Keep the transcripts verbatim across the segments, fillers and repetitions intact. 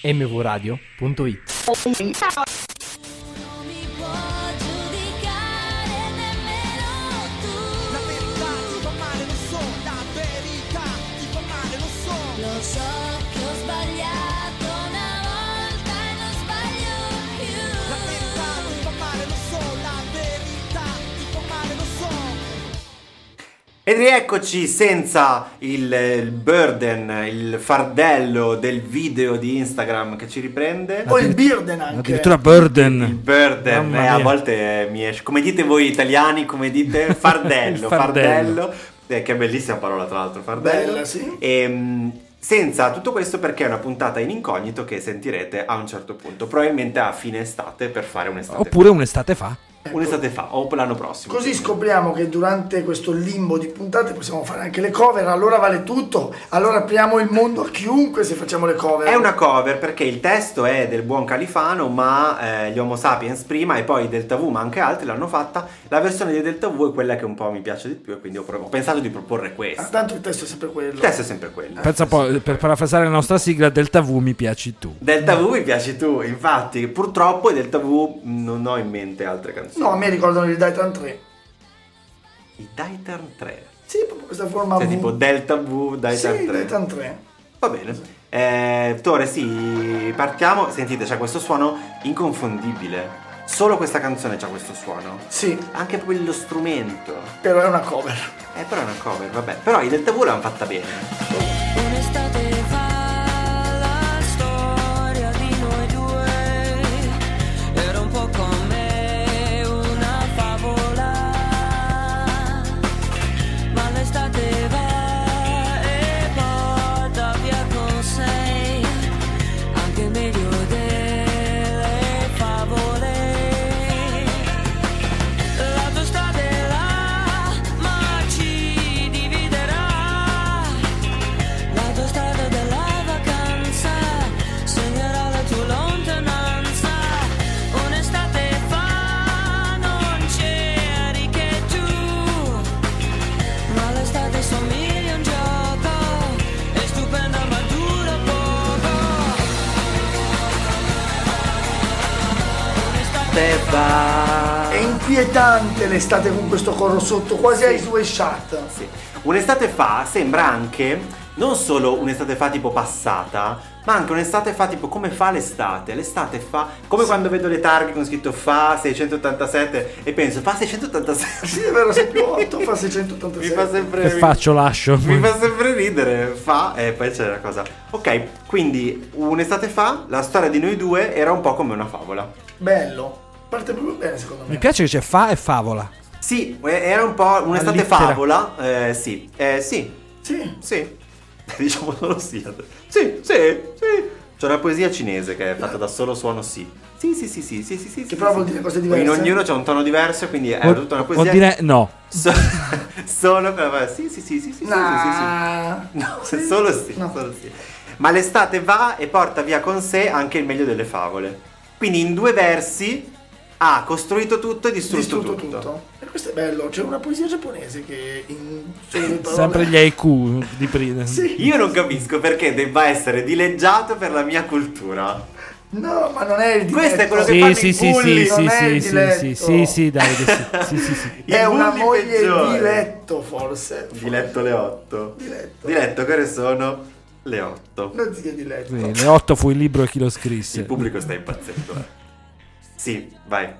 emme vu radio punto it. Ed rieccoci senza il, il burden, il fardello del video di Instagram che ci riprende. O il burden anche. Addirittura burden. Il burden, eh, a volte mi esce. Come dite voi italiani, come dite fardello, fardello. fardello eh, che bellissima parola tra l'altro, fardello. Bella, sì. E, mh, senza tutto questo perché è una puntata in incognito che sentirete a un certo punto, probabilmente a fine estate per fare un'estate Oppure fa. un'estate fa. Ecco. Un'estate fa o l'anno prossimo. Così scopriamo che durante questo limbo di puntate possiamo fare anche le cover, allora vale tutto. Allora apriamo il mondo a chiunque se facciamo le cover. È una cover perché il testo è del buon Califano, ma eh, gli Homo Sapiens prima e poi Delta V, ma anche altri l'hanno fatta. La versione di Delta V è quella che un po' mi piace di più e quindi ho, pro- ho pensato di proporre questa. Ah, tanto il testo è sempre quello. Il testo è sempre quello. Pensa poi, per parafrasare la nostra sigla, Delta V mi piaci tu. Delta V mi piaci tu, infatti purtroppo Delta V non ho in mente altre canzoni. No, a me ricordano il Titan tre. I Titan tre? Sì, proprio questa forma Cioè V. tipo Delta V, Titan sì, tre. Titan tre. Va bene. Eh, Tore, sì, partiamo. Sentite, c'è questo suono inconfondibile. Solo questa canzone c'ha questo suono. Sì. Anche proprio lo strumento. Però è una cover. Eh, però è una cover, vabbè. Però i Delta V l'hanno fatta bene. Un'estate fa la storia di noi due era un po' come una favola, ma l'estate va e porta via con sé anche meglio delle favole. L'autostrada è là, ma ci dividerà. L'autostrada della vacanza segnerà la tua lontananza. Un'estate fa non c'eri che tu, ma l'estate somiglia a un gioco, è stupenda ma dura poco. Te va. È inquietante l'estate con questo coro sotto, quasi ai due shot. Sì. Un'estate fa sembra anche non solo un'estate fa tipo passata, ma anche un'estate fa tipo come fa l'estate. L'estate fa come sì. Quando vedo le targhe con scritto fa seicentottantasette e penso fa seicentottantasette. Sì, è vero, sei più otto, fa seicentottantasei. Mi fa sempre Che faccio, lascio. Mi fa sempre ridere, fa e poi c'è la cosa. Ok, quindi un'estate fa la storia di noi due era un po' come una favola. Bello. Parte proprio bene secondo me. Mi piace che c'è fa e favola. Sì, era un po' un'estate Allittera. favola, eh, sì, eh, sì, Sì. sì, diciamo solo sì, sì, sì, sì. C'è una poesia cinese che è fatta da solo suono sì. Sì, sì, sì, sì, sì, sì, sì. Che però vuol dire cose diverse. In ognuno c'è un tono diverso, quindi è Vuol, tutta una vuol poesia. dire no. So- solo per sì, sì, sì, sì, sì, Nah. sì, sì, sì. No, Sì. solo sì, No. solo sì. Ma l'estate va e porta via con sé anche il meglio delle favole. Quindi in due versi ha costruito tutto e distrutto, Distrutto tutto. tutto. E questo è bello, c'è una poesia giapponese che in solo due parole- Sempre gli haiku di prima. Sì. Io non capisco perché debba essere dileggiato per la mia cultura. No, ma non è il diletto. Questo è quello che Sì, fanno sì, i sì, bulli. sì, non sì, è sì, il sì, diletto. sì, sì, sì, Davide, sì, sì, sì, sì. I È una bulli moglie peggiori. diletto forse. Diletto le otto. Diletto. Diletto, che ore sono? Le otto. Non zio diletto. Sì, le otto fu il libro e chi lo scrisse. Il pubblico sta impazzendo. eh. Sì, vai.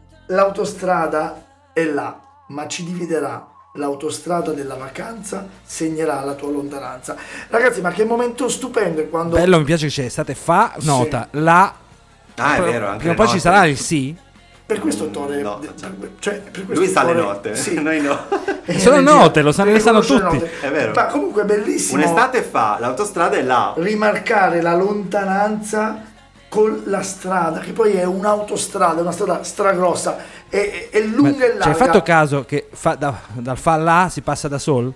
L'autostrada è là, ma ci dividerà. L'autostrada della vacanza segnerà la tua lontananza. Ragazzi, ma che momento stupendo è quando... Bello, mi piace che c'è estate fa, nota, la... Ah, è Però vero, anche prima o le poi ci note. sarà il sì? Per questo Tore... No, cioè, per questo Lui sa le Tore- note, Sì. noi no. Eh, Sono regia, note, lo sanno- le sanno riconosce le tutti. note. È vero. Ma comunque è bellissimo Un'estate fa, l'autostrada è là. rimarcare la lontananza con la strada, che poi è un'autostrada, una strada stragrossa, è, è, è Ma lunga e ci larga. hai fatto caso che fa- da- dal fa là si passa da sol?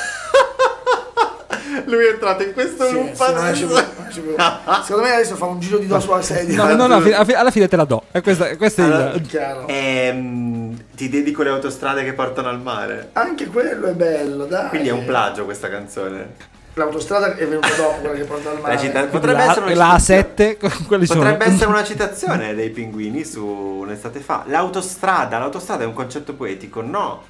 Lui è entrato in questo Sì, loop. sì, non esce più, non esce più. Secondo me adesso fa un giro di do sulla sedia. No, no, no, fi- alla fi- alla fine te la do. E questa, questo è Allora, il... Chiaro. Ehm, ti dedico le autostrade che portano al mare. Anche quello è bello, dai. Quindi è un plagio questa canzone. L'autostrada è venuta dopo, quella che porta al mare. La città- potrebbe la, essere una la A citazione. sette, quali sono? Potrebbe essere una citazione dei pinguini su un'estate fa. L'autostrada, l'autostrada è un concetto poetico, no?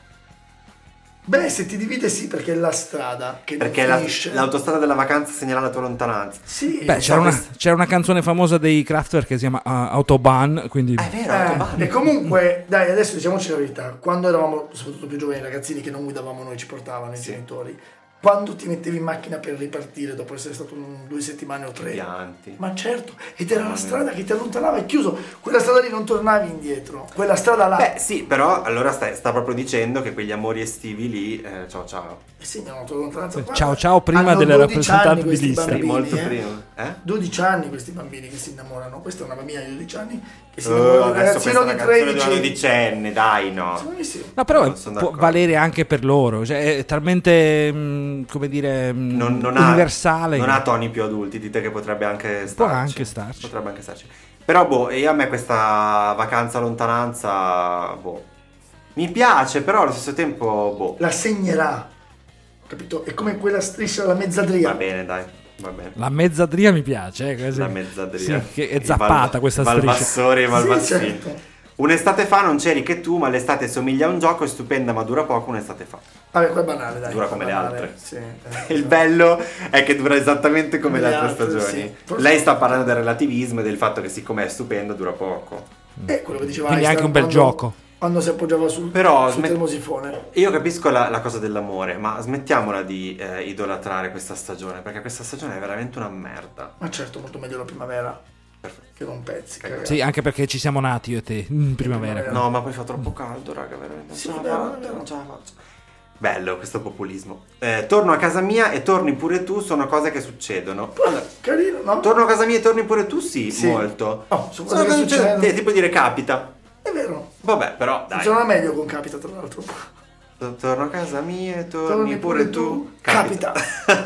Beh, se ti divide sì, perché è la strada che non Perché la- finisce. l'autostrada della vacanza segnala la tua lontananza. Sì. Beh, c'era una, c'era una canzone famosa dei Kraftwerk che si chiama uh, Autobahn, quindi Ah, è vero, Eh, Autobahn. e comunque, dai, adesso diciamoci la verità. Quando eravamo, soprattutto più giovani ragazzini, che non guidavamo noi, ci portavano i Sì. genitori. Quando ti mettevi in macchina per ripartire dopo essere stato un- due settimane o tre, Pianti. ma certo, ed era la Mamma mia. strada che ti allontanava, è chiuso. Quella strada lì non tornavi indietro. Quella strada là. Beh, sì, però allora sta, sta proprio dicendo che quegli amori estivi lì, eh, ciao ciao. E segnano la tua lontananza. Guarda, ciao ciao prima hanno delle dodici rappresentanti anni di questi lista. bambini, Molto eh. prima. Eh? dodici anni questi bambini che si innamorano. Questa è una bambina di dodici anni che si Oh, innamora di un adesso questa è ragazzino una di canzone di una tredici. dodicenne, dai no. Secondo me sì. No, però Non sono può d'accordo. valere anche per loro, cioè è talmente mh, come dire mh, Non, non ha, universale. non ha toni più adulti, dite che potrebbe anche starci. Può anche starci. Potrebbe anche starci. Però boh, io a me questa vacanza lontananza, boh, mi piace, però allo stesso tempo, boh, La segnerà. Capito? È come quella striscia alla mezzadria. va bene, dai, va bene. La mezzadria mi piace, eh, così. La mezzadria. Sì, che è I zappata Val- questa striscia. Valvassori e Valvassini. Sì, certo. Un'estate fa non c'eri che tu, ma l'estate somiglia a un gioco, è stupenda ma dura poco un'estate fa. Vabbè, qua è banale, dai. Dura qua è come le banale. altre. Sì, eh. Il bello è che dura esattamente come Come le le altre altre, stagioni. sì. Forse- Lei sta parlando del relativismo e del fatto che siccome è stupendo dura poco. È quello che diceva Quindi Einstein anche un bel quando- gioco. Quando si appoggiava sul, Però sul smet- termosifone. Io capisco la, la cosa dell'amore, ma smettiamola di eh, idolatrare questa stagione, perché questa stagione è veramente una merda. Ma certo, molto meglio la primavera Perfetto. che non pezzi. Ok. ragazzi. Sì, anche perché ci siamo nati io e te in primavera. No, ma poi fa troppo caldo, raga, veramente. Non Sì, ce la vero, faccio, vero. non ce la faccio. Bello questo populismo. Eh, torno a casa mia e torni pure tu, sono cose che succedono. Allora, Carino, no? torno a casa mia e torni pure tu, sì, Sì. molto. Oh, sono Sono cose che cose che succedono. succedono. Eh, tipo dire capita. È vero. Vabbè, però dai. Funziona meglio con Capita, tra l'altro. Torno a casa mia e torni, Torni pure pure tu. tu. Capita.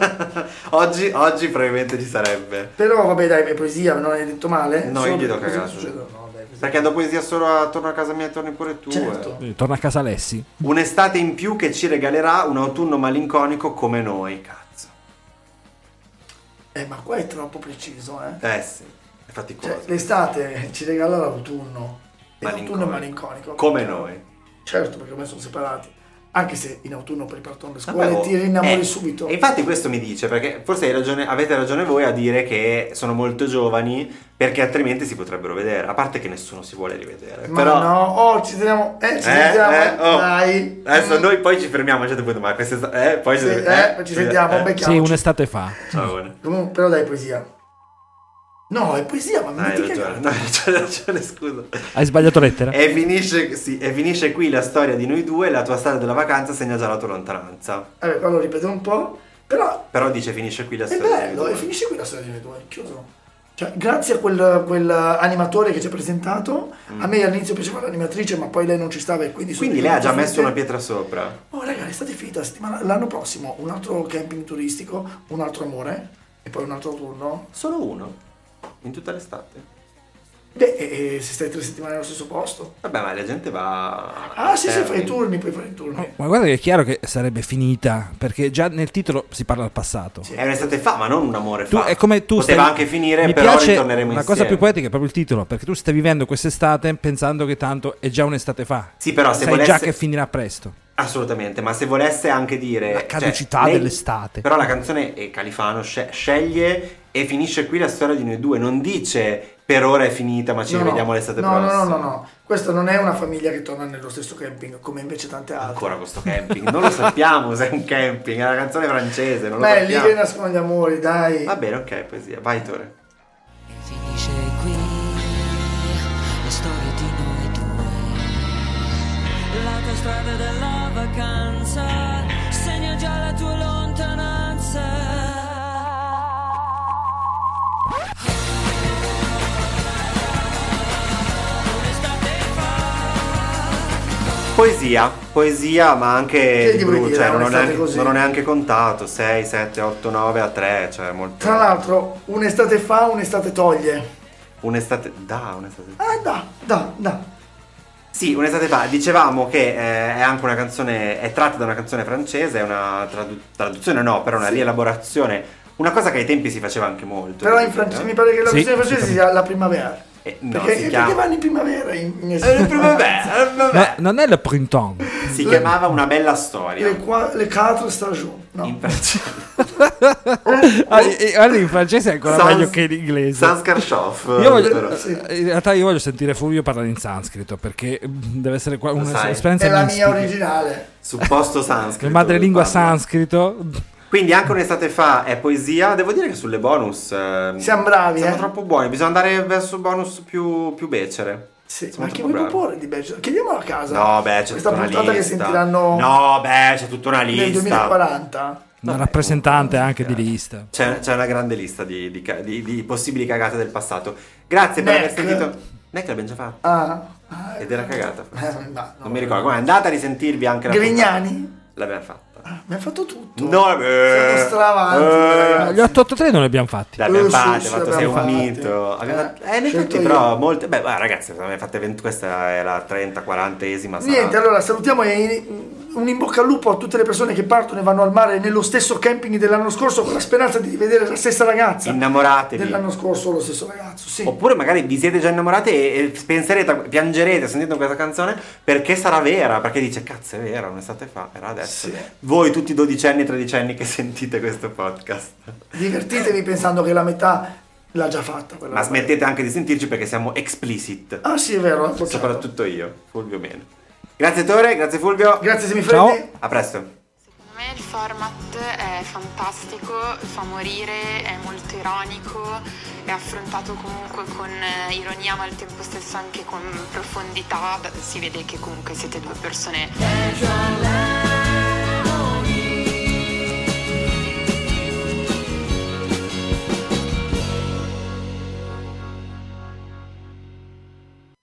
oggi, oggi probabilmente ci sarebbe. Però vabbè, dai, è poesia, non hai detto male? No, Solo io gli do perché cose cagato. che succedono. No, dai, così. Perché dopo poesia solo a torno a casa mia e torni pure tu. Certo. eh. Eh, Torna a casa Alessi. Un'estate in più che ci regalerà un autunno malinconico come noi. Cazzo. Eh, ma qua è troppo preciso, eh. Eh sì, è faticoso. Cioè, l'estate ci regala l'autunno. E l'autunno è Malinconico. malinconico. Come noi. Certo, perché ormai sono separati. Anche se in autunno poi partono le Vabbè, scuole oh, e ti rinnamori eh, subito. E infatti questo mi dice, perché forse hai ragione, avete ragione voi a dire che sono molto giovani, perché altrimenti si potrebbero vedere. A parte che nessuno si vuole rivedere. Ma però, no, oh, ci teniamo. Eh, ci Eh, sentiamo. eh, oh. Dai. Adesso Mm. noi poi ci fermiamo a un certo punto, ma questa eh, poi Sì, ci- eh, poi ci sentiamo, eh. becchiamo. Sì, un'estate fa. Ciao. Comunque, però dai, poesia. No, è poesia, ma mi Hai metti ragione, cagato. no, hai ragione, hai ragione, scusa. Hai sbagliato lettera? E finisce, sì, e finisce qui la storia di noi due, la tua strada della vacanza segna già la tua lontananza. Vabbè, qua lo ripeto un po'. Però Però dice finisce qui la è storia di bello, noi e due. finisce qui la storia di noi due, chiuso. Cioè, grazie a quel, quel animatore che ci ha presentato, a me all'inizio piaceva l'animatrice, ma poi lei non ci stava e quindi... sono Quindi lei ha già diventate messo una finte. pietra sopra. Oh ragazzi, state finita la settimana, l'anno prossimo un altro camping turistico, un altro amore e poi un altro turno. Solo uno. In tutta l'estate. Beh, e, e se stai tre settimane allo stesso posto. Vabbè, ma la gente va... Ah sì, sì, alterni. fai i turni, puoi fare i turni. Ma guarda che è chiaro che sarebbe finita, perché già nel titolo si parla del passato. Sì. È un'estate fa, ma non un amore Tu, fa. è come tu Poteva stai- anche finire, mi però piace ritorneremo una insieme. cosa più poetica è proprio il titolo, perché tu stai vivendo quest'estate pensando che tanto è già un'estate fa. Sì, però se sai volesse... già che finirà presto. Assolutamente, ma se volesse anche dire... La cioè, caducità lei- dell'estate. Però la canzone è Califano, sce- sceglie e finisce qui la storia di noi due. Non dice per ora è finita, ma ci No, rivediamo no. l'estate no, prossima. No, no, no, no. Questa non è una famiglia che torna nello stesso camping, come invece tante altre. Ancora questo camping, non lo sappiamo se è un camping, è una canzone francese, non lo Ma è lì sappiamo. che nascono gli amori, dai. Va bene, ok, poesia. Vai, Tore. E finisce qui la storia di noi due. La tua strada della vacanza segna già la tua lontananza. Un'estate fa. Poesia, poesia, ma anche Che di gli vuoi bru- dire, cioè, non, ho un'estate neanche, così? non ho neanche contato. sei, sette, otto, nove a tre, cioè molto. Tra l'altro, un'estate fa, un'estate toglie. Un'estate. Da, un'estate. Ah, da, da, da. Sì, un'estate fa. Dicevamo che eh, è anche una canzone, è tratta da una canzone francese, è una tradu- traduzione no, però una Sì. rielaborazione, una cosa che ai tempi si faceva anche molto. Però in francese mi pare che la Sì, versione francese sì, sia la primavera. Eh, no, perché, si perché chiama... vanno in primavera in, in Eh, vabbè, eh, vabbè. No, non è le printemps. Si chiamava Una bella storia. le, qua, le quatre stagioni. No. In francese. Ah, e- e- guarda, in francese è ancora Sans- meglio che in inglese. Sanskarshof. Io voglio, però. Sì. in realtà io voglio sentire Fulvio parlare in sanscrito perché deve essere qua- Lo sai. un'esperienza È la mistica. mia originale. Supposto sanscrito. Il madrelingua parla. sanscrito. Quindi anche un'estate fa è poesia. Devo dire che sulle bonus eh, Siamo bravi, siamo eh? troppo buoni. Bisogna andare verso bonus più, più becere. Sì, Siamo ma che troppo vuoi bravi. proporre di bello? Chiediamolo a casa. No, beh, c'è Questa tutta una puntata lista. che sentiranno No, beh, c'è tutta una nel lista. duemilaquaranta. Una rappresentante anche di lista. C'è, c'è una grande lista di, di, ca- di- di possibili cagate del passato. Grazie per aver Neck. sentito. Neck l'abbiamo già fatto. Ah, ah, Ed era cagata. eh, ma no, Non mi ricordo. Come è andata a risentirvi anche la Grignani? puntata? L'abbiamo fatta. Mi ha fatto tutto. No, eh, Siamo stravanti, eh, ragazzi. Gli otto otto tre non li abbiamo fatti. L'abbiamo Eh, sì, fatta, sì, fatto, sei l'abbiamo un fatti. mito. Abbiamo- Eh, eh, ne scelto tutti io. però molte. Beh, ma ragazzi, abbiamo fatte venti, questa è la trenta quarantesima. sarà. Niente, allora salutiamo e un in bocca al lupo a tutte le persone che partono e vanno al mare nello stesso camping dell'anno scorso con la speranza di rivedere la stessa ragazza Innamoratevi. dell'anno scorso, lo stesso ragazzo, sì. Oppure magari vi siete già innamorati e, e penserete, piangerete sentendo questa canzone perché sarà vera, perché dice cazzo è vera, un'estate fa, era adesso. Sì. Voi tutti dodicenni e tredicenni che sentite questo podcast. Divertitevi pensando che la metà l'ha già fatta. quella Ma roba. smettete anche di sentirci perché siamo explicit. Ah sì, è vero, ho bocciato. Soprattutto io, Fulvio bene. Grazie Tore, grazie Fulvio. Grazie Semifreddi. Ciao. A presto. Secondo me il format è fantastico, fa morire, è molto ironico, è affrontato comunque con eh, ironia ma al tempo stesso anche con profondità, si vede che comunque siete due persone